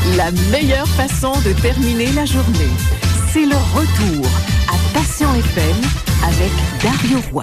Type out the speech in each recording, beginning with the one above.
La meilleure façon de terminer la journée, c'est le retour à Passion FM avec Dario Roy.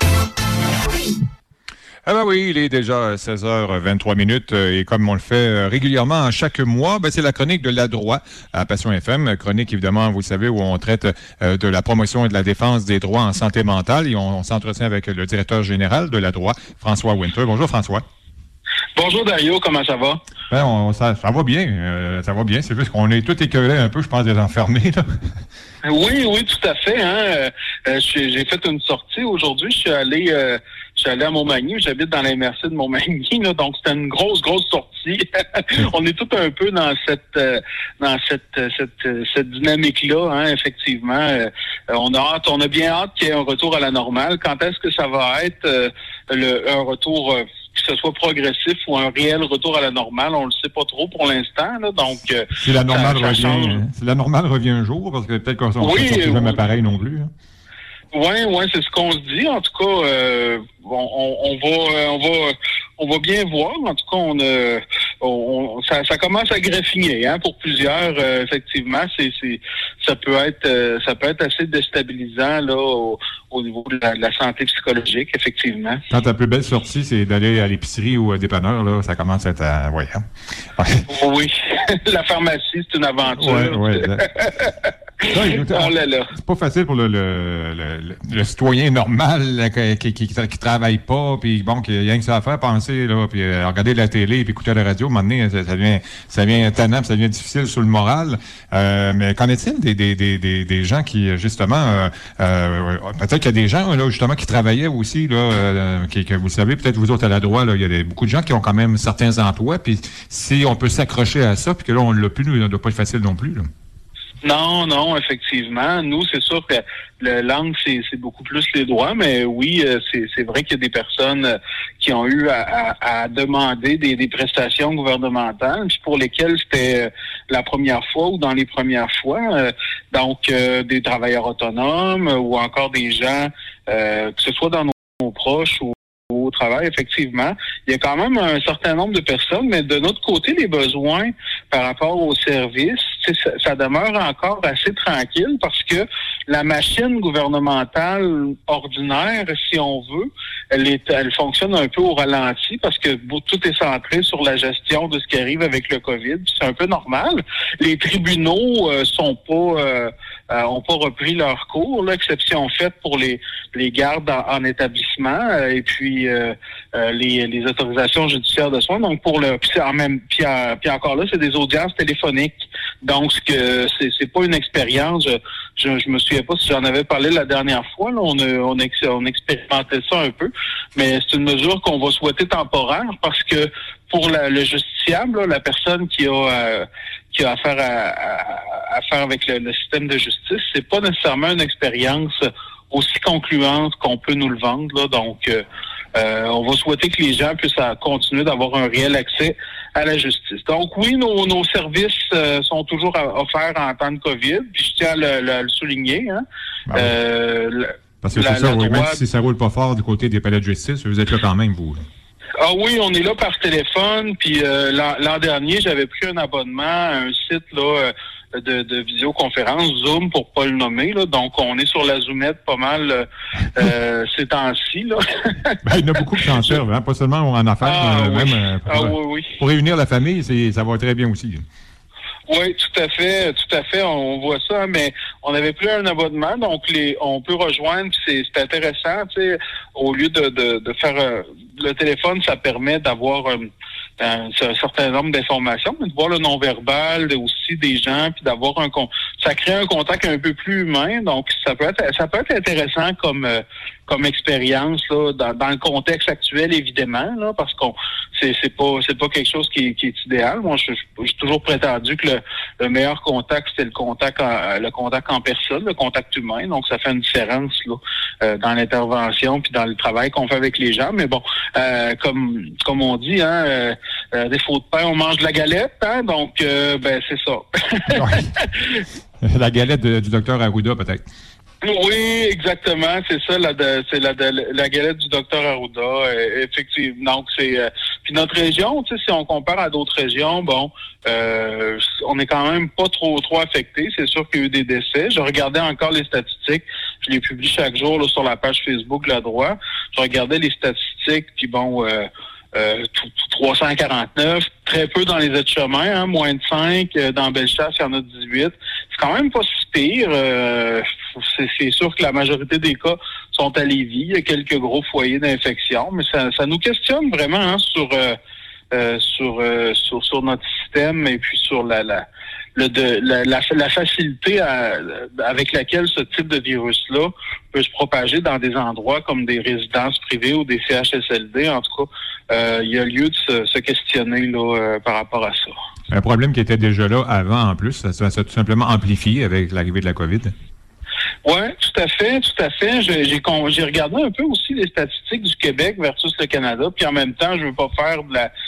Ah ben oui, il est déjà 16h23 et comme on le fait régulièrement chaque mois, c'est la chronique de la droit à Passion FM. Chronique, évidemment, vous savez, où on traite de la promotion et de la défense des droits en santé mentale et on s'entretient avec le directeur général de la droit, François Winter. Bonjour François. Bonjour Dario, comment ça va? Ça va bien, ça va bien. C'est juste qu'on est tous écœurés un peu, je pense, d'être enfermés, là. Oui, tout à fait. J'ai fait une sortie aujourd'hui. Je suis allé à Montmagny. J'habite dans la MRC de Montmagny, là, donc c'était une grosse sortie. On est tous un peu dans cette dynamique-là, effectivement. On a bien hâte qu'il y ait un retour à la normale. Quand est-ce que ça va être un retour que ce soit progressif ou un réel retour à la normale, on le sait pas trop pour l'instant. Là, donc, si la normale revient un jour, parce que peut-être qu'on ne sera jamais pareil non plus. Hein. Oui, c'est ce qu'on se dit. En tout cas, on va bien voir. En tout cas, ça commence à graffiner, pour plusieurs. Effectivement, ça peut être assez déstabilisant là au niveau de la santé psychologique, effectivement. Quand ta plus belle sortie, c'est d'aller à l'épicerie ou à dépanneur, là, ça commence à être Oui, la pharmacie, c'est une aventure. Oui. C'est pas facile pour le citoyen normal là, qui travaille pas, puis bon, qui a rien que ça à faire, penser, là, puis regarder la télé, puis écouter la radio, à un moment donné, ça devient tannant, ça devient difficile sur le moral. Mais qu'en est-il des gens qui, justement, peut-être qu'il y a des gens, là, justement, qui travaillaient aussi, là, que vous savez, peut-être vous autres à la droite, là, il y a beaucoup de gens qui ont quand même certains emplois, puis si on peut s'accrocher à ça, puis que là, on l'a plus, ça doit pas être facile non plus, là. Non, effectivement. Nous, c'est sûr que le langue, c'est beaucoup plus les droits, mais oui, c'est vrai qu'il y a des personnes qui ont eu à demander des prestations gouvernementales, puis pour lesquelles c'était la première fois ou dans les premières fois. Donc, des travailleurs autonomes ou encore des gens, que ce soit dans nos proches ou au travail, effectivement. Il y a quand même un certain nombre de personnes, mais de notre côté, les besoins par rapport aux services, ça demeure encore assez tranquille parce que la machine gouvernementale ordinaire, si on veut, elle fonctionne un peu au ralenti parce que tout est centré sur la gestion de ce qui arrive avec le COVID. C'est un peu normal. Les tribunaux ont pas repris leur cours, là, exception faite pour les gardes en établissement et puis les autorisations judiciaires de soins. Donc puis encore là, c'est des audiences téléphoniques. Donc c'est pas une expérience. Je me souviens pas si j'en avais parlé la dernière fois. Là, on expérimentait ça un peu, mais c'est une mesure qu'on va souhaiter temporaire parce que pour le justiciable, là, la personne qui a affaire à faire avec le système de justice, c'est pas nécessairement une expérience aussi concluante qu'on peut nous le vendre. Là. Donc, on va souhaiter que les gens puissent continuer d'avoir un réel accès à la justice. Donc oui, nos services sont toujours offerts en temps de COVID, puis je tiens à le souligner. Parce que c'est ça, même si ça roule pas fort du côté des palais de justice, vous êtes là quand même, vous. Là. Ah oui, on est là par téléphone, puis l'an dernier, j'avais pris un abonnement à un site là de visioconférence, Zoom pour pas le nommer, là. Donc on est sur la Zoomette pas mal ces temps-ci, là. Il y en a beaucoup qui s'en servent, pas seulement en affaires, même pour réunir la famille, ça va très bien aussi. Oui, tout à fait, on voit ça, mais on n'avait plus un abonnement, donc on peut rejoindre, c'est intéressant, tu sais, au lieu de faire le téléphone, ça permet d'avoir un certain nombre d'informations, mais de voir le non-verbal aussi des gens, puis d'avoir ça crée un contact un peu plus humain, donc ça peut être intéressant comme expérience là, dans le contexte actuel, évidemment, là, parce qu'on c'est pas quelque chose qui est idéal. Moi, j'ai toujours prétendu que le meilleur contact, c'était le contact en personne, le contact humain. Donc, ça fait une différence là, dans l'intervention puis dans le travail qu'on fait avec les gens. Mais bon, comme on dit, défaut de pain, on mange de la galette, donc c'est ça. La galette du docteur Arruda, peut-être. Oui, exactement, c'est ça, la galette du docteur Arruda, effectivement. Donc puis notre région, tu sais, si on compare à d'autres régions, on est quand même pas trop affecté. C'est sûr qu'il y a eu des décès. Je regardais encore les statistiques, je les publie chaque jour là, sur la page Facebook La Droite. Je regardais les statistiques, puis 349, très peu dans les aides-chemins, hein, moins de 5. Dans Bellechasse, il y en a 18. C'est quand même pas si pire. C'est sûr que la majorité des cas sont à Lévis. Il y a quelques gros foyers d'infection, mais ça nous questionne vraiment hein, sur notre système et puis sur la facilité avec laquelle ce type de virus-là peut se propager dans des endroits comme des résidences privées ou des CHSLD. En tout cas, il y a lieu de se questionner là, par rapport à ça. Un problème qui était déjà là avant, en plus. Ça s'est tout simplement amplifié avec l'arrivée de la COVID. Oui, tout à fait. J'ai regardé un peu aussi les statistiques du Québec versus le Canada, puis en même temps, je veux pas faire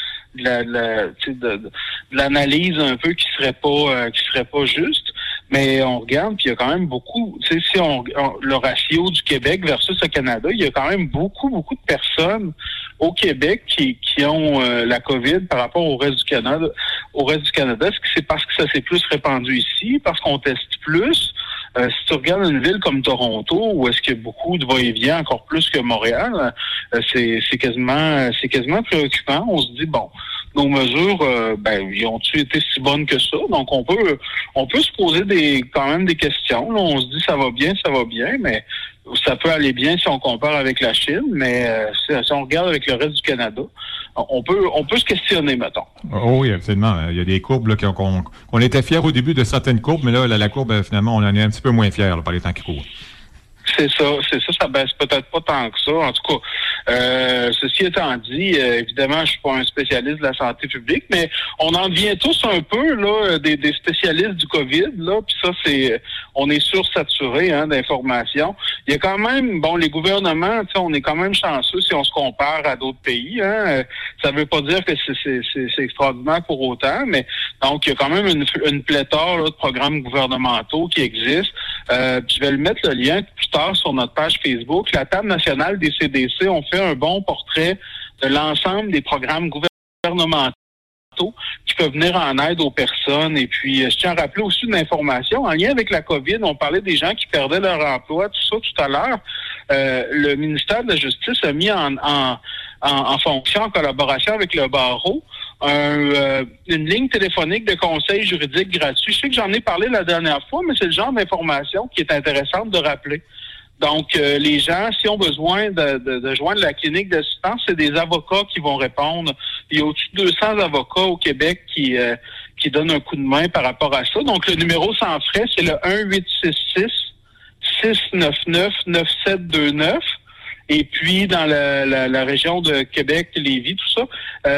de l'analyse un peu qui serait pas juste, mais on regarde puis il y a quand même beaucoup, tu sais, si le ratio du Québec versus le Canada, il y a quand même beaucoup de personnes au Québec qui ont la COVID par rapport au reste du Canada. Est-ce que c'est parce que ça s'est plus répandu ici, parce qu'on teste plus? Si tu regardes une ville comme Toronto, où est-ce qu'il y a beaucoup de va-et-vient, encore plus que Montréal, c'est quasiment préoccupant. On se dit, nos mesures, ils ont-tu été si bonnes que ça? Donc, on peut se poser quand même des questions. Là, on se dit, ça va bien, mais ça peut aller bien si on compare avec la Chine, mais si on regarde avec le reste du Canada, on peut se questionner, mettons. Oh oui, absolument. Il y a des courbes là, qu'on était fiers au début de certaines courbes, mais là, la courbe, finalement, on en est un petit peu moins fiers là, par les temps qui courent. C'est ça baisse peut-être pas tant que ça. En tout cas, ceci étant dit, évidemment, je suis pas un spécialiste de la santé publique, mais on en devient tous un peu là des spécialistes du COVID, là, puis ça, on est sursaturé d'informations. Il y a quand même, les gouvernements, on est quand même chanceux si on se compare à d'autres pays. Ça veut pas dire que c'est extraordinaire pour autant, mais donc il y a quand même une pléthore là, de programmes gouvernementaux qui existent. Je vais le mettre le lien plus tard sur notre page Facebook. La table nationale des CDC ont fait un bon portrait de l'ensemble des programmes gouvernementaux qui peuvent venir en aide aux personnes. Et puis, je tiens à rappeler aussi une information. En lien avec la COVID, on parlait des gens qui perdaient leur emploi, tout ça tout à l'heure. Le ministère de la Justice a mis en fonction, en collaboration avec le barreau, une ligne téléphonique de conseil juridique gratuit. Je sais que j'en ai parlé la dernière fois, mais c'est le genre d'information qui est intéressante de rappeler. Donc, les gens, s'ils ont besoin de joindre la clinique d'assistance, c'est des avocats qui vont répondre. Il y a au-dessus de 200 avocats au Québec qui donnent un coup de main par rapport à ça. Donc, le numéro sans frais, c'est le 1-866-699-9729. Et puis, dans la région de Québec, Lévis, tout ça,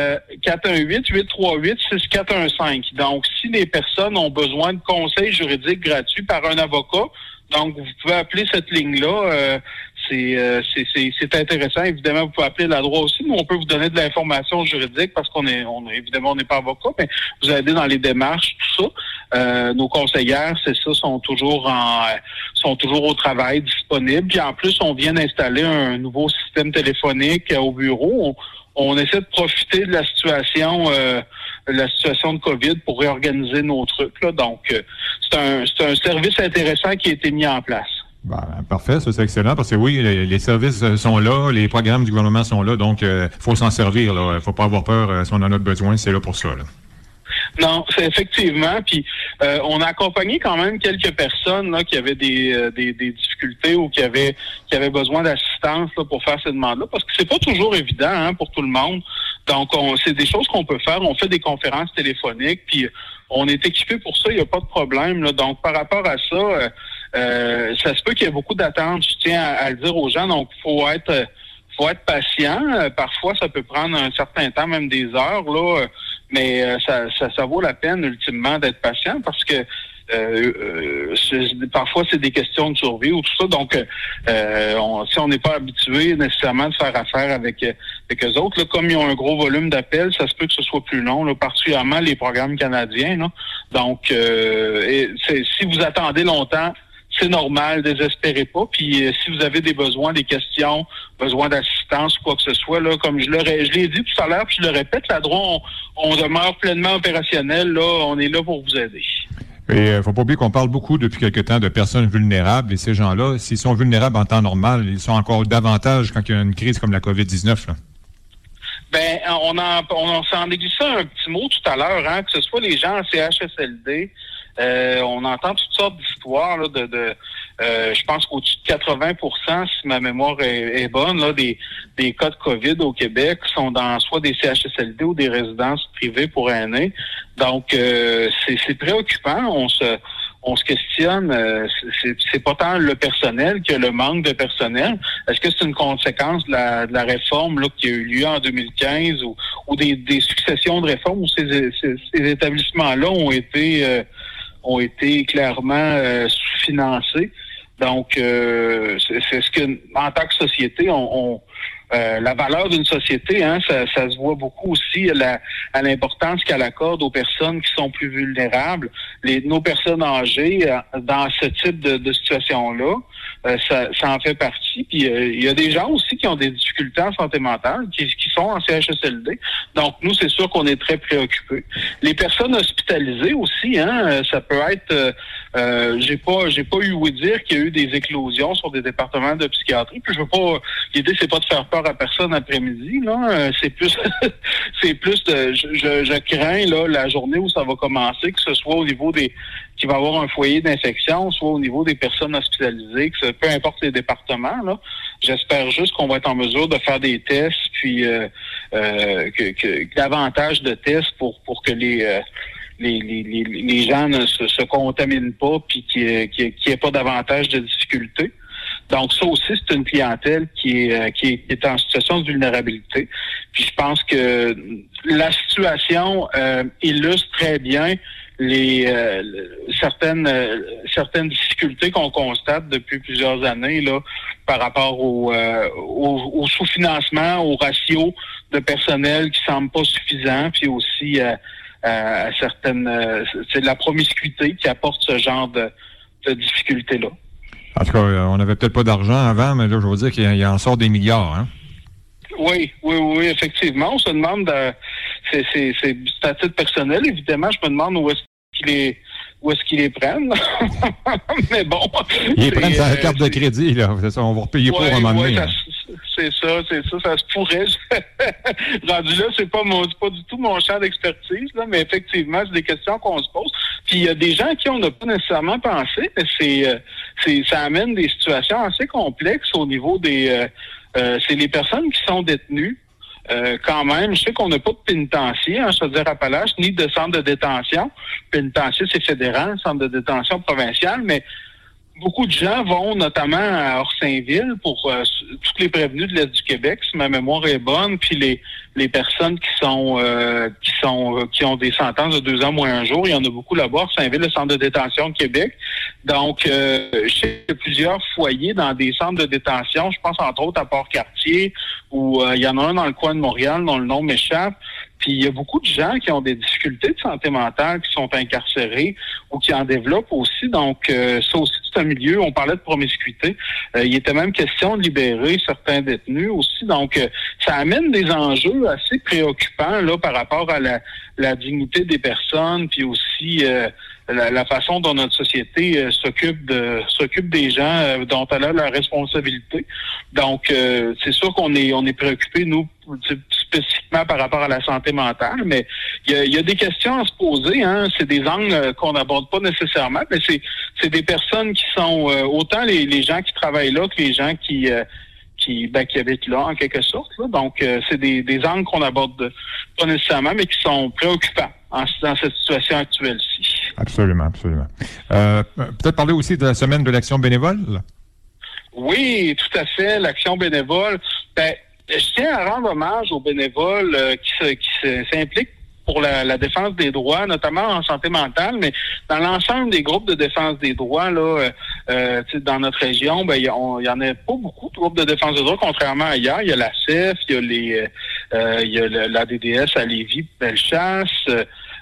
418-838-6415. Donc, si les personnes ont besoin de conseils juridiques gratuits par un avocat, donc, vous pouvez appeler cette ligne-là. C'est intéressant. Évidemment, vous pouvez appeler la droite aussi. Nous, on peut vous donner de l'information juridique parce évidemment, on n'est pas avocat, mais vous aider dans les démarches, tout ça. Nos conseillères, c'est ça, sont toujours au travail, disponibles. Puis en plus, on vient d'installer un nouveau système téléphonique au bureau. On essaie de profiter de la situation de COVID pour réorganiser nos trucs. Là. Donc, c'est un service intéressant qui a été mis en place. Parfait, ça c'est excellent parce que oui, les services sont là, les programmes du gouvernement sont là, donc faut s'en servir. Il faut pas avoir peur si on en a besoin, c'est là pour ça. Là. Non, c'est effectivement. Puis on a accompagné quand même quelques personnes là, qui avaient des difficultés ou qui avaient besoin d'assistance là, pour faire ces demandes-là, parce que c'est pas toujours évident pour tout le monde. Donc, c'est des choses qu'on peut faire. On fait des conférences téléphoniques, puis on est équipé pour ça. Il n'y a pas de problème. Là. Donc, par rapport à ça, ça se peut qu'il y ait beaucoup d'attentes. Je tiens à le dire aux gens. Donc, faut être patient. Parfois, ça peut prendre un certain temps, même des heures, là. Mais ça vaut la peine, ultimement, d'être patient parce que parfois, c'est des questions de survie ou tout ça. Donc, si on n'est pas habitué nécessairement de faire affaire avec eux autres, là, comme ils ont un gros volume d'appels, ça se peut que ce soit plus long, là, particulièrement les programmes canadiens. Là. Donc, si vous attendez longtemps, c'est normal, désespérez pas. Puis si vous avez des besoins, des questions, besoin d'assistance ou quoi que ce soit, là, comme je l'ai dit tout à l'heure, puis je le répète, la DROI, on demeure pleinement opérationnel. Là, on est là pour vous aider. Et faut pas oublier qu'on parle beaucoup depuis quelque temps de personnes vulnérables. Et ces gens-là, s'ils sont vulnérables en temps normal, ils sont encore davantage quand il y a une crise comme la COVID-19. Là. Ben, on s'en a glissé un petit mot tout à l'heure, hein, que ce soit les gens en CHSLD, on entend toutes sortes d'histoires là, je pense qu'au-dessus de 80%, si ma mémoire est bonne, là, des cas de COVID au Québec sont dans soit des CHSLD ou des résidences privées pour aînés. Donc, c'est préoccupant. On se questionne, c'est pas tant le personnel que le manque de personnel. Est-ce que c'est une conséquence de la réforme là, qui a eu lieu en 2015 ou des successions de réformes où ces établissements-là ont été clairement sous-financés? Donc, c'est ce que, en tant que société, la valeur d'une société, hein, ça se voit beaucoup aussi à l'importance qu'elle accorde aux personnes qui sont plus vulnérables. Nos personnes âgées, dans ce type de situation-là, ça en fait partie. Puis il y a des gens aussi qui ont des difficultés en santé mentale, qui sont en CHSLD. Donc, nous, c'est sûr qu'on est très préoccupés. Les personnes hospitalisées aussi, hein, ça peut être... j'ai pas eu ouï dire qu'il y a eu des éclosions sur des départements de psychiatrie. Puis l'idée, c'est pas de faire peur à personne après-midi, là. C'est plus je crains, là, la journée où ça va commencer, que ce soit au niveau qu'il va y avoir un foyer d'infection, soit au niveau des personnes hospitalisées, peu importe les départements, là. J'espère juste qu'on va être en mesure de faire des tests, puis davantage de tests pour que les gens ne se contaminent pas puis qu'il y ait pas davantage de difficultés. Donc ça aussi, c'est une clientèle qui est en situation de vulnérabilité. Puis je pense que la situation illustre très bien certaines difficultés qu'on constate depuis plusieurs années là par rapport au sous-financement, au ratio de personnel qui semble pas suffisant, puis aussi à certaines c'est de la promiscuité qui apporte ce genre de difficultés-là. En tout cas, on n'avait peut-être pas d'argent avant, mais là, je veux dire qu'il en sort des milliards, hein? Oui, effectivement. On se demande, c'est à titre personnel, évidemment, je me demande où est-ce qu'ils les prennent. Mais bon. Ils les prennent sur la carte de crédit, là. C'est ça, on va repayer pour un moment donné. C'est ça, ça se pourrait. Rendu là, c'est pas du tout mon champ d'expertise, là, mais effectivement, c'est des questions qu'on se pose. Puis il y a des gens qui on n'a pas nécessairement pensé, mais ça amène des situations assez complexes au niveau c'est les personnes qui sont détenues. Quand même, je sais qu'on n'a pas de pénitencier, hein, Chaudière-Appalaches, ni de centre de détention. Pénitencier, c'est fédéral, centre de détention provincial, mais beaucoup de gens vont notamment à Orsainville pour toutes les prévenus de l'Est du Québec, si ma mémoire est bonne, puis les personnes qui ont des sentences de 2 ans moins un jour, il y en a beaucoup là-bas, Orsainville, le centre de détention de Québec. Donc, je sais qu'il y a plusieurs foyers dans des centres de détention, je pense entre autres à Port-Cartier, où il y en a un dans le coin de Montréal dont le nom m'échappe. Puis il y a beaucoup de gens qui ont des difficultés de santé mentale, qui sont incarcérés ou qui en développent aussi. Donc, ça aussi, c'est un milieu, on parlait de promiscuité. Il était même question de libérer certains détenus aussi. Donc, ça amène des enjeux assez préoccupants là par rapport à la dignité des personnes, puis aussi la façon dont notre société s'occupe des gens dont elle a la responsabilité. Donc, c'est sûr qu'on est préoccupés, nous, spécifiquement par rapport à la santé mentale, mais il y a des questions à se poser, hein. C'est des angles qu'on n'aborde pas nécessairement, mais c'est des personnes qui sont autant les gens qui travaillent là que les gens qui habitent là, en quelque sorte, là. Donc, c'est des angles qu'on n'aborde pas nécessairement, mais qui sont préoccupants dans cette situation actuelle-ci. Absolument. Peut-être parler aussi de la semaine de l'action bénévole? Oui, tout à fait. L'action bénévole, je tiens à rendre hommage aux bénévoles qui s'impliquent pour la défense des droits, notamment en santé mentale, mais dans l'ensemble des groupes de défense des droits, là, dans notre région, il y en a pas beaucoup de groupes de défense des droits, contrairement à ailleurs. Il y a la CEF, il y a la DDS à Lévis, Bellechasse,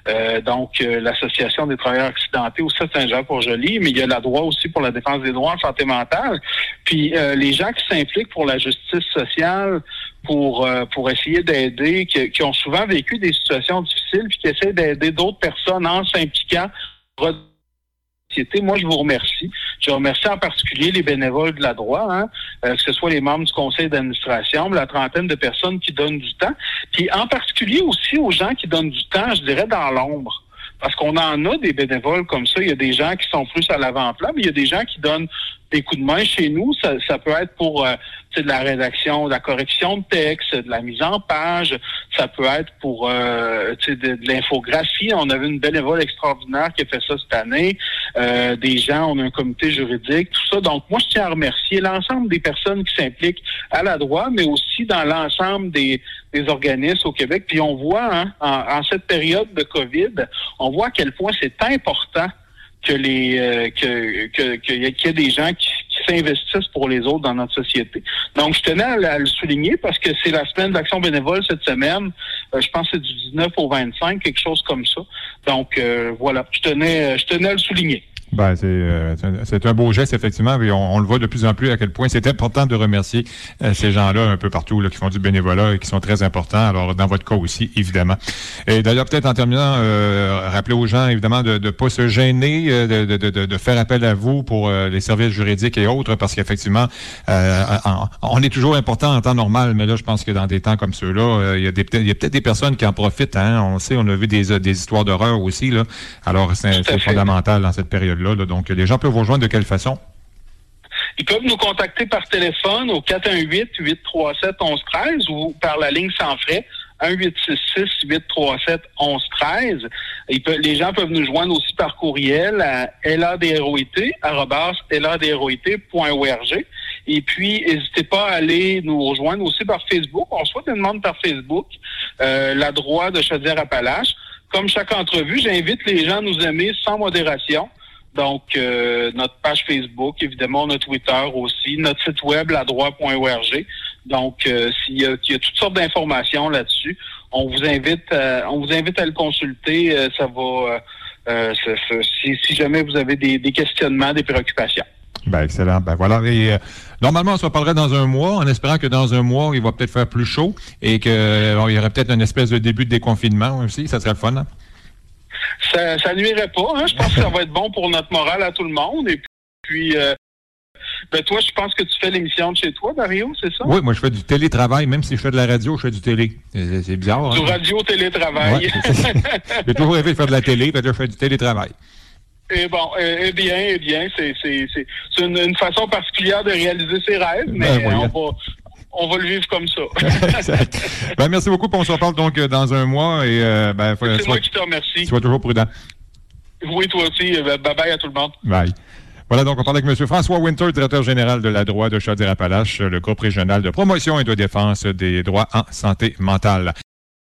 Donc, l'Association des travailleurs accidentés au Saint-Jean-Port-Joli, mais il y a la droit aussi pour la défense des droits en santé mentale. Puis, les gens qui s'impliquent pour la justice sociale, pour essayer d'aider, qui ont souvent vécu des situations difficiles, puis qui essaient d'aider d'autres personnes en s'impliquant. Moi, je vous remercie. Je remercie en particulier les bénévoles de la droit, que ce soit les membres du conseil d'administration, la trentaine de personnes qui donnent du temps, puis en particulier aussi aux gens qui donnent du temps, je dirais, dans l'ombre. Parce qu'on en a des bénévoles comme ça. Il y a des gens qui sont plus à l'avant-plan, mais il y a des gens qui donnent des coups de main chez nous. Ça peut être pour de la rédaction, de la correction de texte, de la mise en page. Ça peut être pour de l'infographie. On avait une bénévole extraordinaire qui a fait ça cette année. Des gens, on a un comité juridique, tout ça. Donc, moi, je tiens à remercier l'ensemble des personnes qui s'impliquent à la droite, mais aussi dans l'ensemble des organismes au Québec. Puis on voit, en cette période de COVID, on voit à quel point c'est important qu'il y ait des gens qui s'investissent pour les autres dans notre société. Donc, je tenais à le souligner parce que c'est la semaine d'action bénévole cette semaine. Je pense que c'est du 19 au 25, quelque chose comme ça. Donc, voilà, je tenais à le souligner. Ben, c'est un beau geste, effectivement, et on le voit de plus en plus à quel point c'est important de remercier ces gens-là un peu partout là, qui font du bénévolat et qui sont très importants. Alors, dans votre cas aussi, évidemment. Et d'ailleurs, peut-être en terminant, rappeler aux gens, évidemment, de ne pas se gêner, de faire appel à vous pour les services juridiques et autres, parce qu'effectivement, on est toujours important en temps normal, mais là, je pense que dans des temps comme ceux-là, il y a peut-être des personnes qui en profitent. On sait, on a vu des histoires d'horreur aussi, là. Alors, c'est fondamental dans cette période-là. Donc, les gens peuvent vous rejoindre de quelle façon? Ils peuvent nous contacter par téléphone au 418-837-1113 ou par la ligne sans frais 1-866-837-1113. Les gens peuvent nous joindre aussi par courriel à ladroit.org. Et puis, n'hésitez pas à aller nous rejoindre aussi par Facebook. On reçoit des demandes par Facebook, la droit de Chaudière-Appalaches. Comme chaque entrevue, j'invite les gens à nous aimer sans modération. Donc, notre page Facebook, évidemment, notre Twitter aussi, notre site web, ladroit.org. Donc, il y a toutes sortes d'informations là-dessus. On vous invite à le consulter. Ça va, si jamais vous avez des questionnements, des préoccupations. Ben, excellent. Ben, voilà. Et, normalement, on se reparlerait dans un mois, en espérant que dans un mois, il va peut-être faire plus chaud et qu'il y aurait peut-être une espèce de début de déconfinement aussi. Ça serait le fun, hein? Ça nuirait pas. Je pense que ça va être bon pour notre morale à tout le monde. Et puis, toi, je pense que tu fais l'émission de chez toi, Dario, c'est ça? Oui, moi, je fais du télétravail. Même si je fais de la radio, je fais du télé. C'est bizarre. Du radio-télétravail. Ouais, j'ai toujours rêvé de faire de la télé, je fais du télétravail. Eh bien, c'est une façon particulière de réaliser ses rêves, mais on va le vivre comme ça. Exact. Ben, merci beaucoup. On se reparle donc dans un mois. Et, c'est moi qui te remercie. Sois toujours prudent. Oui, toi aussi. Bye-bye à tout le monde. Bye. Voilà, donc on parle avec M. François Winter, directeur général de la droit de Chaudière-Appalaches, le groupe régional de promotion et de défense des droits en santé mentale.